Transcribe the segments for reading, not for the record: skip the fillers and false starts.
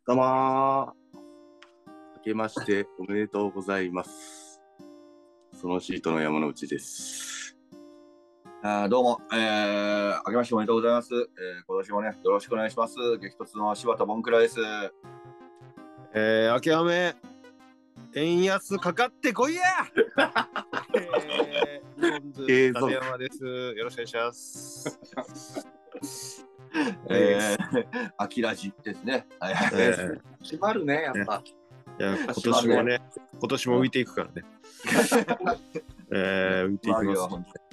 どうもー。明けましておめでとうございます。そのシートの山之内です。 どうも、明けましておめでとうございます。今年もね、よろしくお願いします。激突の柴田ボンクラです。 明けおめ、円安かかってこいや日本ズ立山です。よろしくお願いします。 アキラジですね。はい。 閉まるね、やっぱ。 いや、今年もね、今年も浮いていくからね。浮いていきます。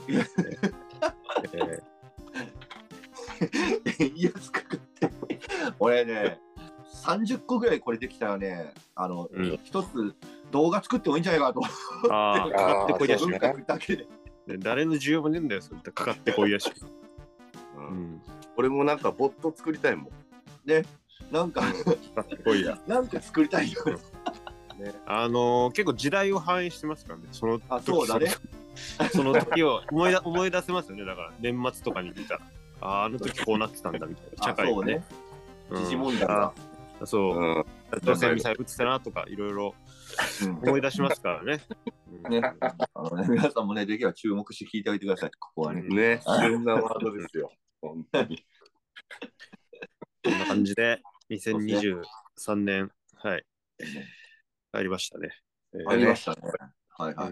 円安かかって俺ね、30個ぐらいこれできたらね、一つ動画作ってもいいんじゃないかと思って。 かかってこいやし。 だけで。 誰の需要もねえんだよ、それかかってこいやし。 俺もなんかボット作りたいもん。 ね、なんかなんか作りたいよ。 ね、結構時代を反映してますからね。そうだね。その時を思い出せますよね。だから年末とかに見たら、あの時こうなってたんだみたいな。社会がね。 時事問題が。 そう。北朝鮮ミサイル撃ってたなとかいろいろ思い出しますからね。 皆さんもね、できれば注目して聞いておいてください。ここはね。 ね、旬なワードですよ。本当に。 こんな感じで2023年、はい。入りましたね。 入りましたね。はいはい。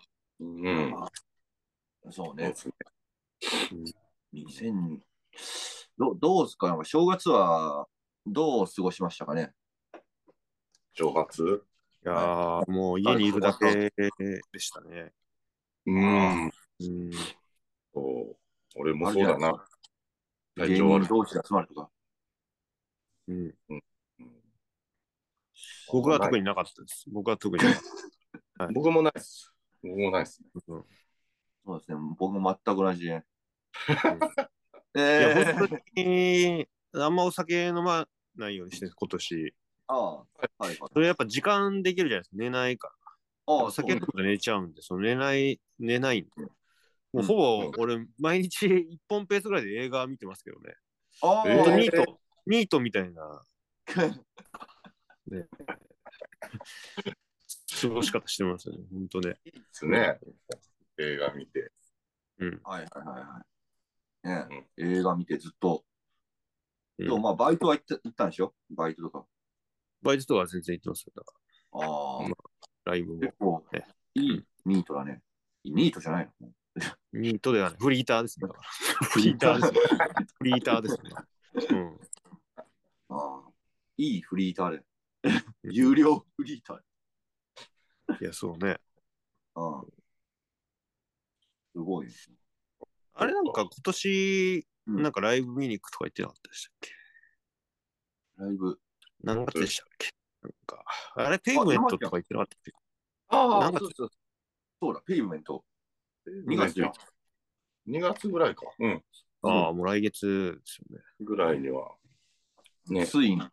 そうね。どうですか、なんか正月はどう過ごしましたかね。 正月？ いやー、もう家にいるだけでしたね。 俺もそうだな。 芸人同士で集まるとか。 僕は特になかったです。僕もないです。僕もないですね。 そうですね。僕も全く同じ。いや、 本当にあんまお酒飲まないようにして今年。それやっぱ時間できるじゃないですか。寝ないから。お酒飲むと寝ちゃうんで、寝ないんで。もうほぼ俺毎日1本ペースぐらいで映画見てますけどね。ニートみたいな。ね、過ごし方してますよね、本当ね。 いいですね。映画見て。 はいはいはいはい。ね、映画見てずっと。でもまあバイトは行ったんでしょ？バイトとか。 バイトとか全然行ってますよ。だから。ライブも。 いいニートだね。ニートじゃないの？ ニートではない。フリーターですね。だから。フリーターですね。フリーターですね。 いいフリーターで。有料フリーター。いや、そうね。 すごい。 あれなんか今年、なんかライブ見に行くとか言ってなかったでしたっけ？ ライブ。 何月でしたっけ？なんか、あれペイブメントとか言ってなかったっけ？ そうだ、ペイブメント。2月じゃん。 2月ぐらいか。 もう来月ですよね。 ぐらいには。 ね。ついに。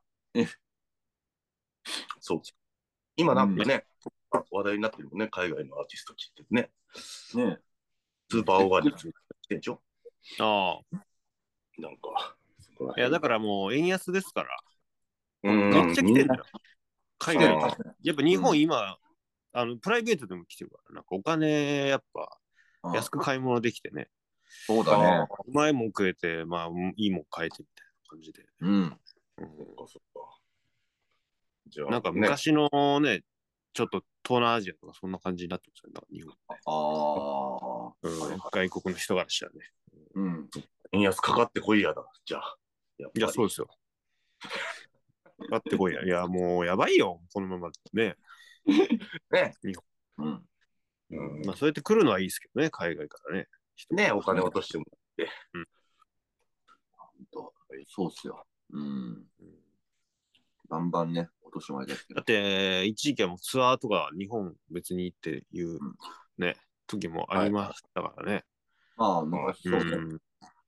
そう。今なんかね、話題になってるもんね、海外のアーティストってね。 ね。 スーパーオーガニックしてんでしょ？なんか。 いや、だからもう円安ですから。めっちゃ来てるんだよ。海外に。やっぱ日本今、プライベートでも来てるから、なんかお金やっぱ安く買い物できてね。 そうだね。 うまいもん食えて、まあいいもん買えてみたいな感じで。なんか昔のね、ちょっと東南アジアとかそんな感じになってますよね、日本。外国の人からしたらね。 円安かかってこいやだ、じゃあ。 いや、そうですよ。かかってこいや。いや、もうやばいよ、このままね。日本。まあ、そうやって来るのはいいですけどね、海外からね。 ね、お金落としてもらって。 そうっすよ。バンバンね、落としてもらいたいですけど。 だって、一時期はもうツアーとか日本別に行っていうね、時もありましたからね。 昔そうね。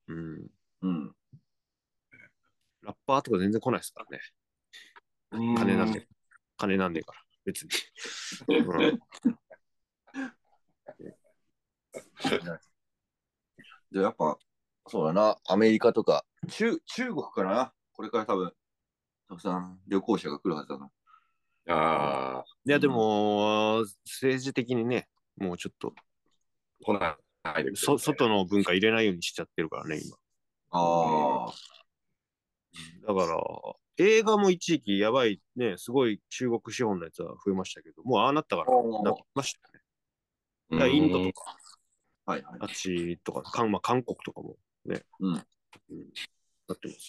ラッパーとか全然来ないですからね。金なんでから、別に。 で、やっぱ、そうだな、アメリカとか、中国からな、これから多分、 たくさん旅行者が来るはずだな。 ああ。 いや、でも、政治的にね、もうちょっと、 来ないで外の文化入れないようにしちゃってるからね、今。 ああ。 だから、映画も一時期やばいね、すごい中国資本のやつは増えましたけど、もうああなったから、なってましたね。だからインドとか、 はいはい。 あっちとか、韓国とかもね、 うん。 なってます。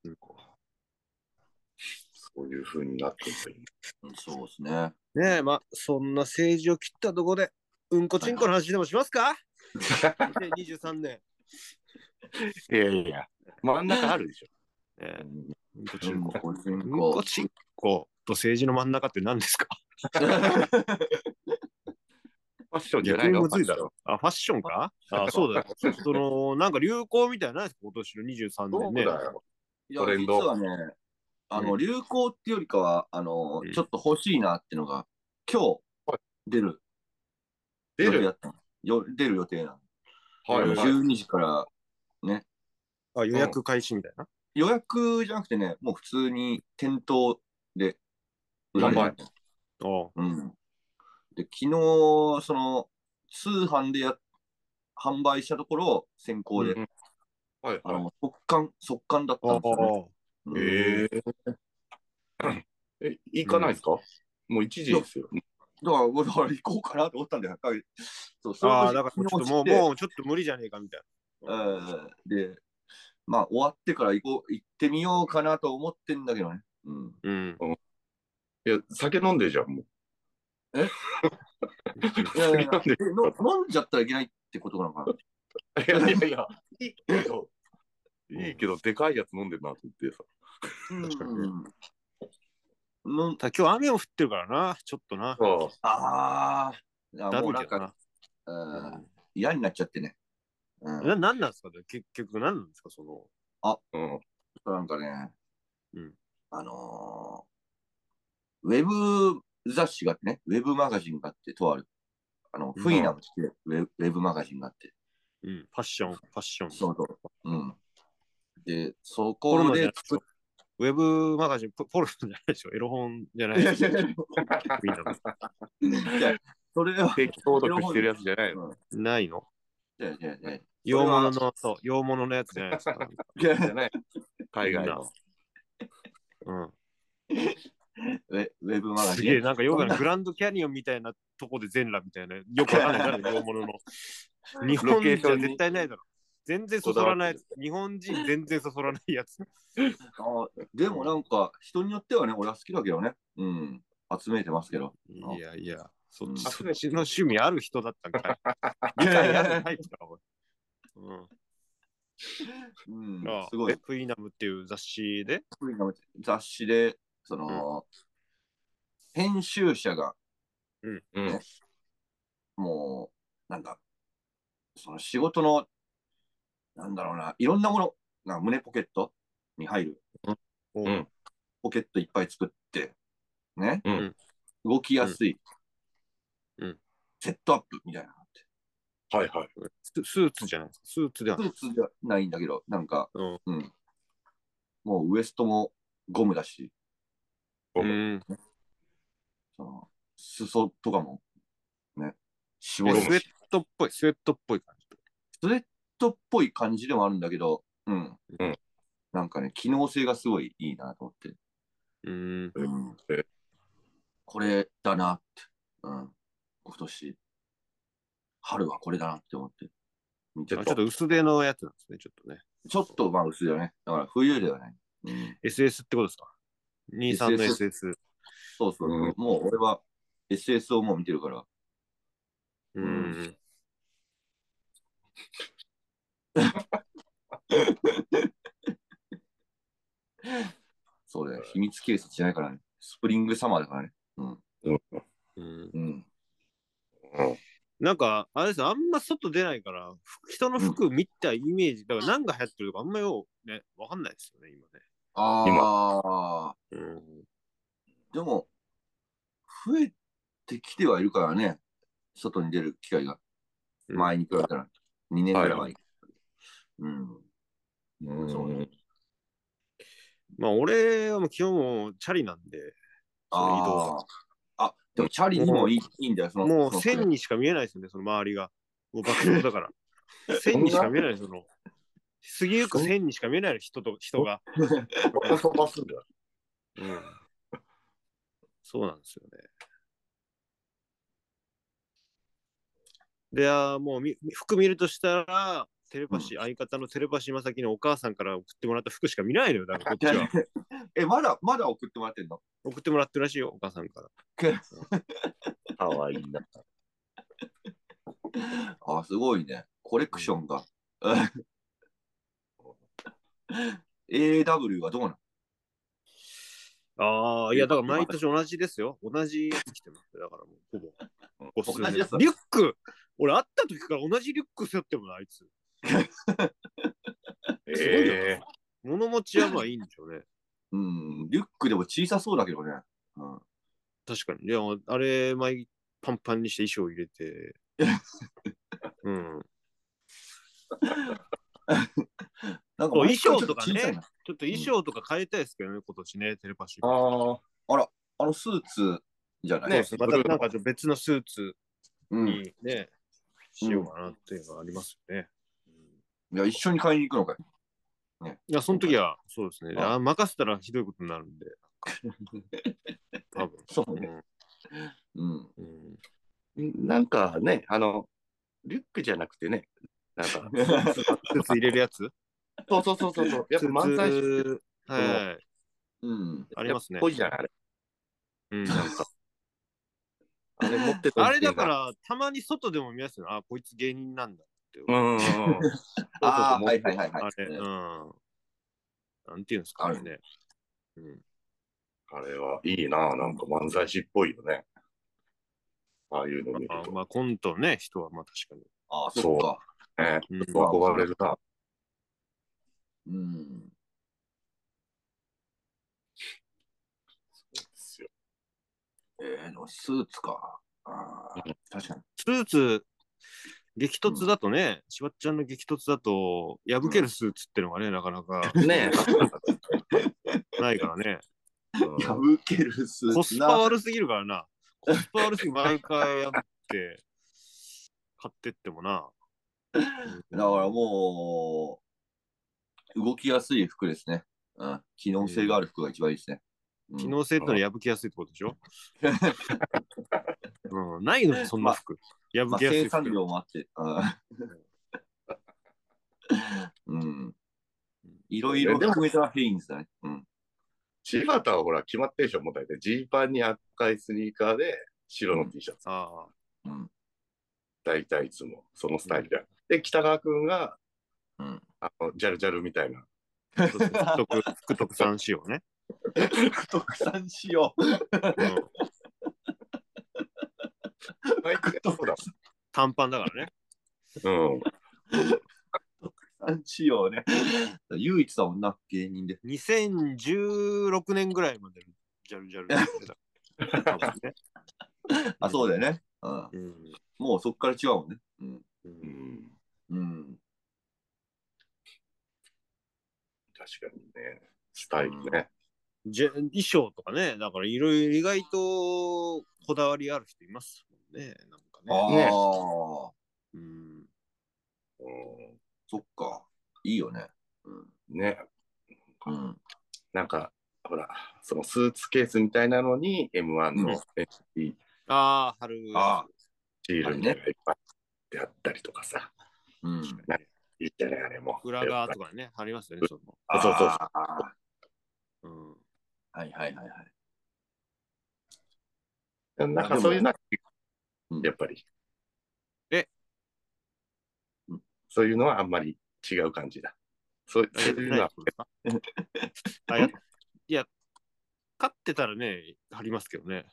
そういう風になってるうん、そうですね。 ねえ、まあ、そんな政治を切ったところで、うんこちんこの話でもしますか？ 2023 年。 いやいや、真ん中あるでしょ。 うんこちんこ。 うんこちんこと政治の真ん中って何ですか？ ファッションじゃないの？ むずいだろ。あ、ファッションか？あ、そうだよ。なんか流行みたいなのないですか？今年の23年ね。 そうだよ。 いや、実はね、流行ってよりかは、ちょっと欲しいなっていうのが、今日出る予定だったの。出る予定なの。 はい、 12時からね。 あ、予約開始みたいな。 予約じゃなくてね、もう普通に店頭で売られる。うん。で、昨日、その、通販で販売したところ、先行で、速乾だったんですよね。 行かないですか？もう1時ですよ。 だから行こうかなと思ったんだよ。 だからちょっともうちょっと無理じゃねえかみたいな。で、まあ終わってから行ってみようかなと思ってんだけどね。 うん。 いや、酒飲んでるじゃん、もう。 飲んじゃったらいけないってことなのかな。 いや、いいけど、でかいやつ飲んでるなと思ってさ。 今日雨も降ってるからな、ちょっとな。 ああ、 だるいけどな。 嫌になっちゃってね。 何なんですかね、結局何なんですか、その。 なんかね、ウェブ雑誌があってね、ウェブマガジンがあって、とある。フイナムってウェブマガジンがあって。 ファッション。 そうそう。で、そこでウェブマガジン、ポルノじゃないでしょ、エロ本じゃないでしょ。 それは。 定期購読してるやつじゃないの？ ないの？ 洋物のやつじゃないですか。 じゃない。海外の。 ウェブマガジン。 すげえ、なんかヨガのグランドキャニオンみたいなとこで全裸みたいな、よくわかんないから洋物の。日本じゃ絶対ないだろ。全然そそらない。日本人全然そそらないやつ。 でもなんか人によってはね、俺は好きだけどね。集めてますけど。 いや、そっちの趣味ある人だったんかい。いや、タイプだ、俺。すごい。フイナムっていう雑誌でその、編集者が、もう、なんだ、その仕事の、なんだろうな、いろんなものが胸ポケットに入る。ポケットいっぱい作って、ね。動きやすい。セットアップみたいなのって。 スーツじゃないですか。スーツじゃないんだけど、なんか、もうウエストもゴムだし、裾とかも、ね、 スウェットっぽい感じ。 スウェットっぽい感じでもあるんだけど、なんかね、機能性がすごいいいなと思って。これだなって。今年、春はこれだなって思って。 ちょっと薄手のやつなんですね、ちょっとね。 ちょっとまあ薄いよね。だから冬ではない。 SS ってことですか？ 23 の SS。 そう。もう俺は SS をもう見てるから。そうだよ。秘密警察じゃないからね。スプリングサマーだからね。 なんか、あれですよ、あんま外出ないから、人の服見たイメージ、だから何が流行ってるとかあんまよね、わかんないですよね、今ね。 でも、増えてきてはいるからね。外に出る機会が。前に比べたら。2年ぐらい前に。 まあ、俺はもう基本もうチャリなんで、その移動は。 でもチャリにもいいんだよ、 もう線にしか見えないですよね、その周りが。もう爆走だから。線にしか見えない、その。過ぎゆく線にしか見えない人が。 飛ばすんだ。 うん。そうなんですよね。で、もう服見るとしたら、テレパシー、相方のテレパシーまさきのお母さんから送ってもらった服しか見ないのよ、だからこっちは。 まだ送ってもらってんの？ 送ってもらってるらしいよ、お母さんから。 かわいいな。 すごいね。コレクションが。AW はどうなの？いや、だから毎年同じですよ。同じやつ着てます。だからもう、ほぼ。 同じやつリュック、俺会った時から同じリュック背負ってもない、あいつ。物持ちはまあいいんでしょうね。 リュックでも小さそうだけどね。 確かに。でも、あれ、パンパンにして衣装入れて。なんか衣装とかね、ちょっと衣装とか変えたいですけどね、今年ね、テレパシー。 あら、スーツじゃないね。またなんか別のスーツにね、しようかなっていうのがありますよね。 いや、一緒に買いに行くのかい。 いや、その時は、そうですね。任せたらひどいことになるんで。多分。 そうね。 なんかね、リュックじゃなくてね、なんか、スーツ入れるやつ？ そう。やっぱ漫才師はい。ありますね。 ぽいじゃん、あれ。なんか。あれ持ってた。 あれだから、たまに外でも見ますよ。こいつ芸人なんだって。 はい。 あれ、なんていうんですかね。 あれはいいな、なんか漫才師っぽいよね。ああいうの見ると。 まあ、コントね、人はまあ確かに。 そうか。 憧れるな。 そうですよ。スーツか。確かに。 スーツ、激突だとね、しばっちゃんの激突だと、破けるスーツってのがね、なかなか。 ねないからね。 破けるスーツ。 コスパ悪すぎるからな。コスパ悪すぎる、毎回破って、買ってってもな。 だからもう、動きやすい服ですね。機能性がある服が一番いいですね。 機能性ってのは破きやすいってことでしょ？ないのにそんな服。破きやすい服。 生産量もあって。いろいろ含めたヘインズだね。 柴田はほら決まってるでしょ、もう大体。ジーパンに赤いスニーカーで白の T シャツ。大体いつもそのスタイルで。で、北川君が、ジャルジャルみたいな。 福徳さん仕様ね。 福徳さん仕様。 短パンだからね。 福徳さん仕様ね。唯一だもんな、芸人で。 2016年ぐらいまでジャルジャル。 そうだよね。もうそっから違うもんね。 確かにね。スタイルね。 衣装とかね、だからいろいろ意外とこだわりある人いますもんね。なんかね。 そっか。いいよね。 ね。なんか、ほら、そのスーツケースみたいなのに M1 の NT。貼る。 シールみたいなのがいっぱいであったりとかさ。いいじゃない、あれも。 裏側とかね、貼りますよね、その。 はい。 なんかそういうのは、やっぱり。そういうのはあんまり違う感じだ。そういうのは。 いや、勝ってたらね、貼りますけどね。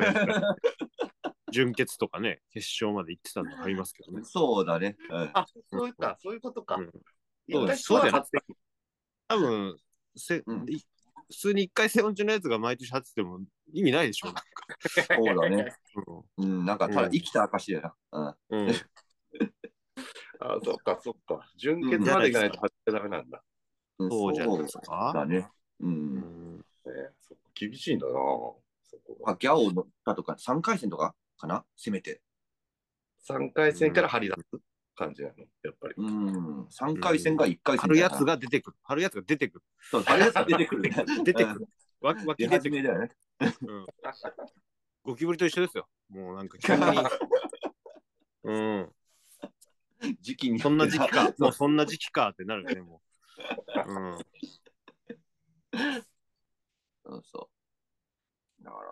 準決とかね、決勝まで行ってたの貼りますけどね。 そうだね。 そういうことか。 そうじゃなくて。多分、普通に一回戦落ちのやつが毎年貼ってても意味ないでしょ。 そうだね。なんかただ生きた証だよな。 そっか。準決までいかないと貼っちゃダメなんだ。 そうじゃないですか。 だね。 そ厳しいんだな。 ギャオのだとか3回戦とかかな、せめて。 3回戦から張り出す感じなの、やっぱり。 3回戦が1回戦。 張るやつが出てくる。張るやつが出てくる。 そう、張るやつが出てくる。 出てくる。湧き出てくる。 だよね。 ゴキブリと一緒ですよ。もうなんか急に。 時期に。 そんな時期か。もうそんな時期かってなるよね、もう。 そうそう。だから、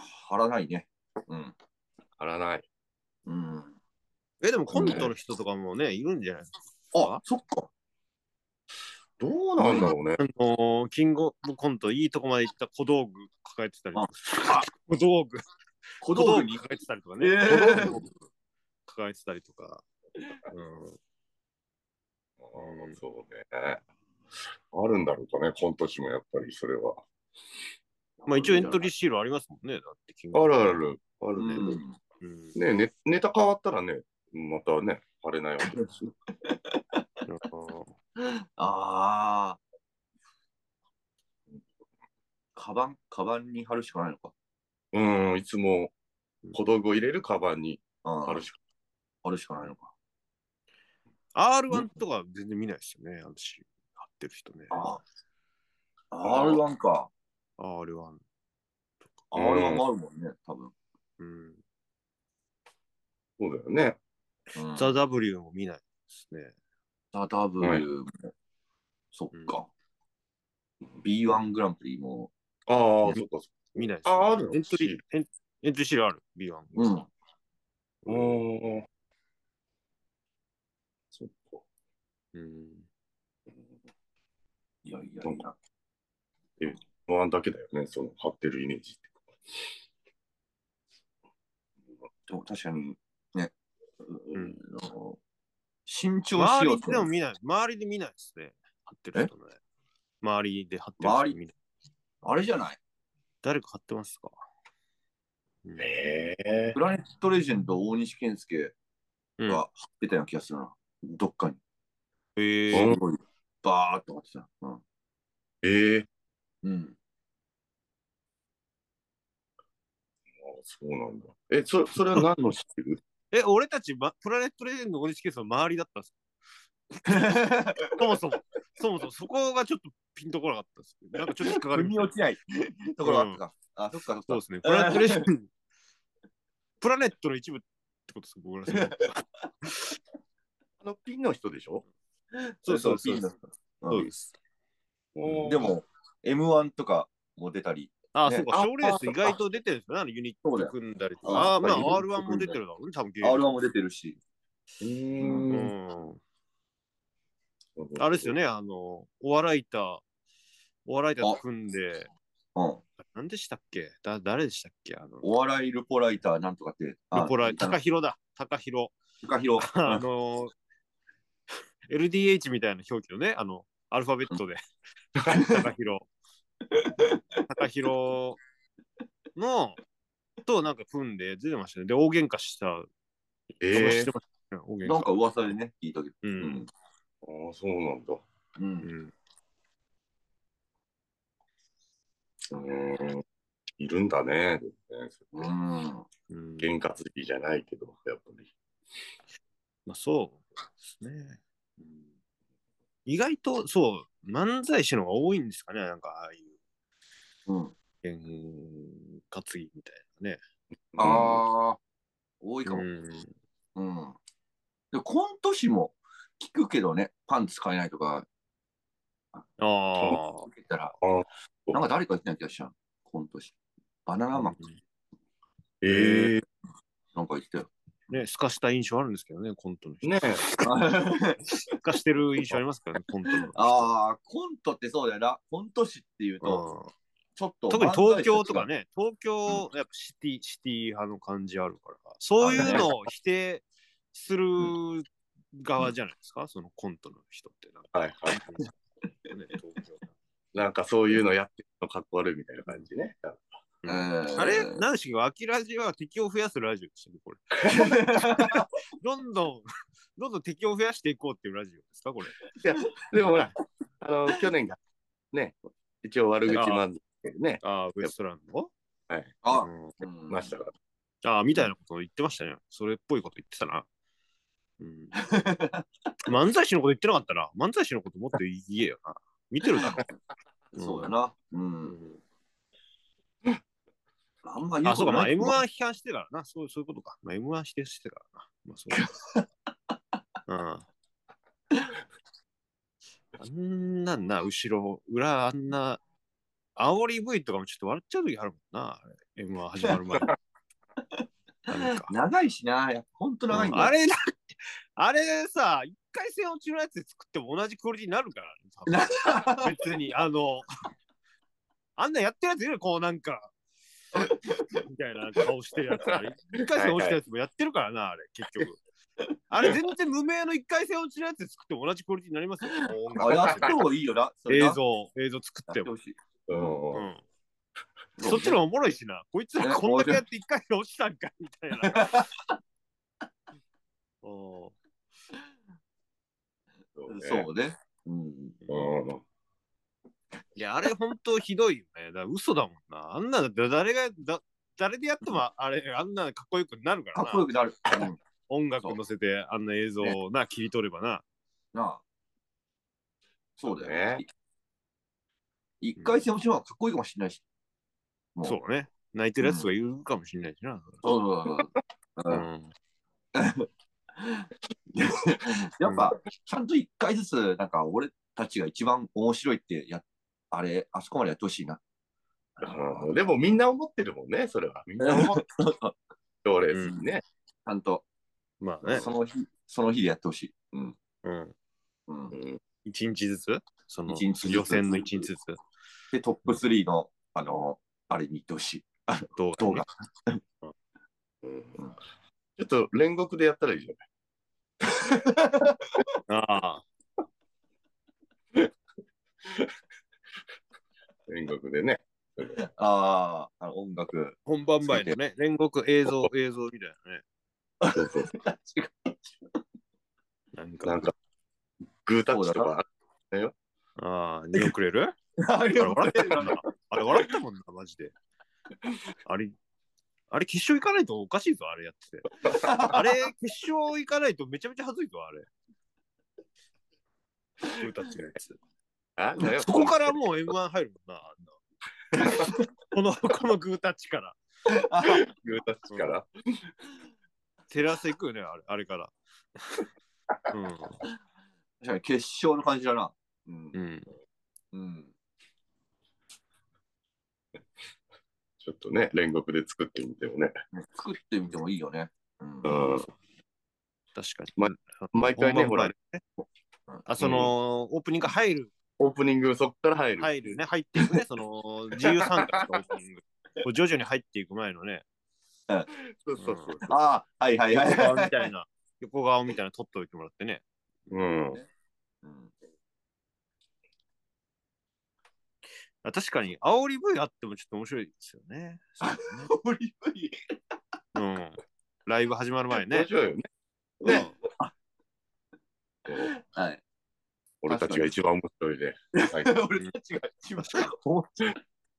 張らないね。 張らない。 でもコントの人とかもね、いるんじゃないですか。 そっか。 どうなんだろうね。 キングオブコント、いいとこまで行った小道具抱えてたりとか。小道具に抱えてたりとかね。抱えてたりとか。 そうね。あるんだろうかね、コント師もやっぱりそれは。 まあ一応エントリーシールありますもんね。だってあるある。あるね。ネタ変わったらね、またね、貼れないわけですよ。 カバンに貼るしかないのか。 いつも小道具を入れるカバンに貼るしかないのか。 R1 とか全然見ないですよね、私。貼ってる人ね。 R1 か。 R1 もあるもんね、多分。 そうだよね。 ザ・ W も見ないですね。 ザ・ W も、そっか。B1 グランプリも。 そっか。 見ないです。あるエントリーシールある ?B1。 そっか。 いや。 ワンだけだよね、その貼ってるイメージって。 確かに、ね。慎重しようって。 周りで見ないですね。貼ってる人ね。周りで貼ってる人見ない。 あれじゃない？ 誰か貼ってますか？ プラネットレジェンド大西健介が貼ってたような気がするな。どっかに。すごいバーっと貼ってた。 そうなんだ。それは何の知ってる？ 俺たち、プラネットレジェンド大西健介の周りだったんですか？そもそもそこがちょっとピンとこなかったです。なんかちょっと引っかかる。 腑に落ちないところがあったか。そっか。 そうですね。プラネットレジェンド、プラネットの一部ってことですか、僕ら。 ピンの人でしょ？ そう、ピンの人。 そうです。 でも、M1 とかも出たり。 そうか、賞レース意外と出てるんですね。ユニット組んだりとか。R1 も出てるだろうね、多分。 R1 も出てるし。 あれですよね、お笑いタと組んで、何でしたっけ？誰でしたっけ？ お笑いルポライターなんとかって。ルポライター、高弘だ。高弘。LDH みたいな表記のね、アルファベットで。高弘のとなんか組んで出てましたね。で、大喧嘩した。 なんか噂でね、聞いたけど。 そうなんだ。いるんだね。験担ぎじゃないけど、やっぱり。 そうですね。意外と、漫才師の方が多いんですかね、なんか、ああいう。験担ぎみたいなね。 多いかも。で、コント師も聞くけどね、パンツ買えないとか。聞いたら、なんか誰か言ってない気がしちゃう。コント師。バナナマン。なんか言ってたよ。 ね、透かした印象あるんですけどね、コントの人。透かしてる印象ありますからね、コントの。 コントってそうだよな。コント師っていうと、ちょっと。 特に東京とかね、東京、やっぱシティ派の感じあるから、そういうのを否定する側じゃないですか、そのコントの人って。 なんかそういうのやってるのかっこ悪いみたいな感じね。 あれ何でしたっけ？アキラジは敵を増やすラジオでしたね、これ。どんどん敵を増やしていこうっていうラジオですか、これ。 いや、でもほら、去年がね、一応悪口漫才ね。 ウエストランドはい。ましたから。 みたいなことを言ってましたね。それっぽいこと言ってたな。漫才師のこと言ってなかったな。漫才師のこともっと言えよな。見てるだろ。 そうだな。あんま言うそうか、 M1 批判してからな。そういうことか。M1 否定してからな。そうあんなんな、裏あんな、煽り V とかもちょっと笑っちゃう時あるもんな。M1 始まる前に。 長いしな。ほんと長いんだよ。 あれさ、1回戦落ちのやつで作っても同じクオリティになるからね。別に、あんなやってるやついるよ、こうなんか、みたいな顔してるやつ。1回戦落ちたやつもやってるからな、あれ、結局。あれ、全然無名の1回戦落ちのやつで作っても同じクオリティになりますよ。 やってもいいよな。 映像作っても。そっちの方がおもろいしな。こいつらこんだけやって1回戦落ちたんか、みたいな。 そうね。 いや、あれ本当ひどいよね。だから嘘だもんな。あんなの誰でやってもあんなかっこよくなるからな。 かっこよくなる。 音楽乗せてあんな映像を切り取ればな。 なあ。そうだよね。1回戦落ちの方がかっこいいかもしれないし。 そうね。泣いてるやつがいるかもしれないしな。 やっぱ、ちゃんと1回ずつ、なんか俺たちが一番面白いってあそこまでやってほしいな。 でもみんな思ってるもんね、それは。みんな思ってる。賞レースにね。 ちゃんと、 まあね。 その日でやってほしい。 1日ずつその予選の1日ずつ。 で、トップ3の、あれに行ってほしい。動画。 ちょっと煉獄でやったらいいじゃない。煉獄でね。 音楽。 本番前のね、煉獄映像みたいなね。 なんか、 グータッチとかあるよ。 2億くれるあれ笑ったもんな、マジで。あれ決勝行かないとおかしいぞ、あれやってて。あれ決勝行かないとめちゃめちゃ恥ずいぞ、あれ。グータッチのやつ。そこからもう M1 入るもんな、このグータッチから。 グータッチから。 テレ朝行くよね、あれから。 確かに決勝の感じだな。 ちょっとね、煉獄で作ってみてもね。 作ってみてもいいよね。 確かに。 毎回ね、ほら。 その、オープニング入る。 オープニング、そっから入る。 入っていくね、その、自由参加のオープニング。徐々に入っていく前のね。 そう。 はい。 横顔みたいな撮っておいてもらってね。確かに、煽り V あってもちょっと面白いですよね。 煽り V？ ライブ始まる前ね。 面白いよね。 はい。 俺たちが一番面白いで。 俺たちが一番面白い。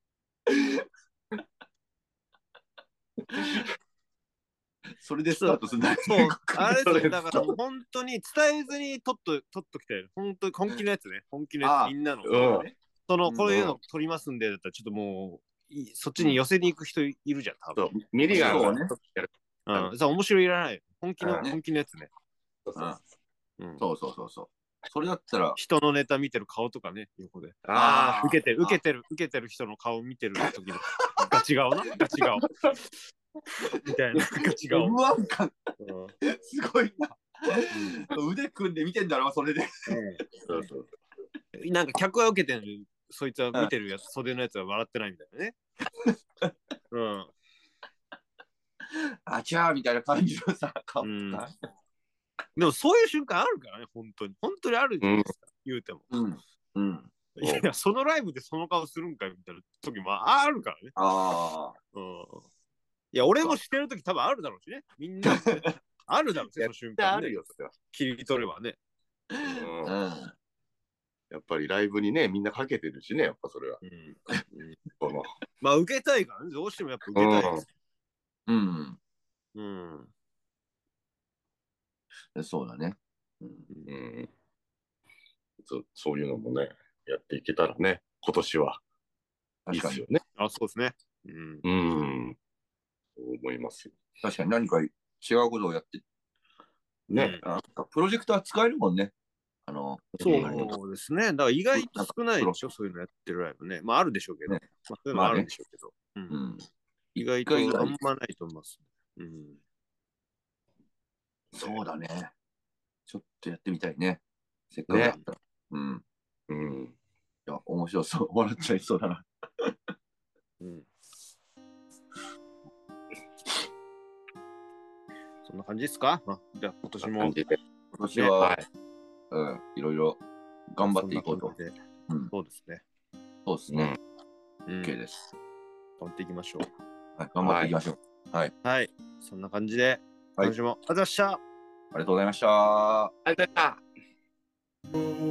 それでスタートするんだ。 あれですよ、だから本当に伝えずに撮っときたい。本当に本気のやつね。本気のやつ、みんなの。こういうの撮りますんで、だったらちょっともう、そっちに寄せに行く人いるじゃん、多分。 ミリがね。面白いいらない。本気のやつね。 そう。それだったら。 人のネタ見てる顔とかね、横で。受けてる人の顔見てる時のガチ顔な。ガチ顔。みたいなガチ顔。 M1 感。すごいな。腕組んで見てんだろ、それで。 なんか客は受けてる、そいつは見てるやつ、袖のやつは笑ってないみたいなね。 あちゃーみたいな感じのさ、顔。 でもそういう瞬間あるからね、本当にあるじゃないですか、言うても。いや、そのライブでその顔するんかみたいな時もあるからね。いや、俺もしてる時多分あるだろうしね。みんなあるだろうし、その瞬間。 あるよ、それは。 切り取ればね。 やっぱりライブにね、みんなかけてるしね、やっぱそれは。このまあ、受けたいからね、どうしてもやっぱ受けたいです。 そうだね。 そういうのもね、やっていけたらね、今年はいいですよね。 あ、そうですね。 そう思いますよ。 確かに何か違うことをやって、 ね。 プロジェクター使えるもんね。 そうですね。だから意外と少ないでしょ、そういうのやってるライブね。まああるでしょうけど。そういうのもあるんでしょうけど。意外とあんまないと思います。 そうだね。ちょっとやってみたいね。せっかくだったら。いや、面白そう。笑っちゃいそうだな。 そんな感じですか？じゃあ今年も。 今年は、いろいろ頑張っていこうと。 そうですね。 そうですね。OK です。 頑張っていきましょう。 頑張っていきましょう。はい。 はい。そんな感じで、今週もありがとうございました。 ありがとうございました。 ありがとうございました。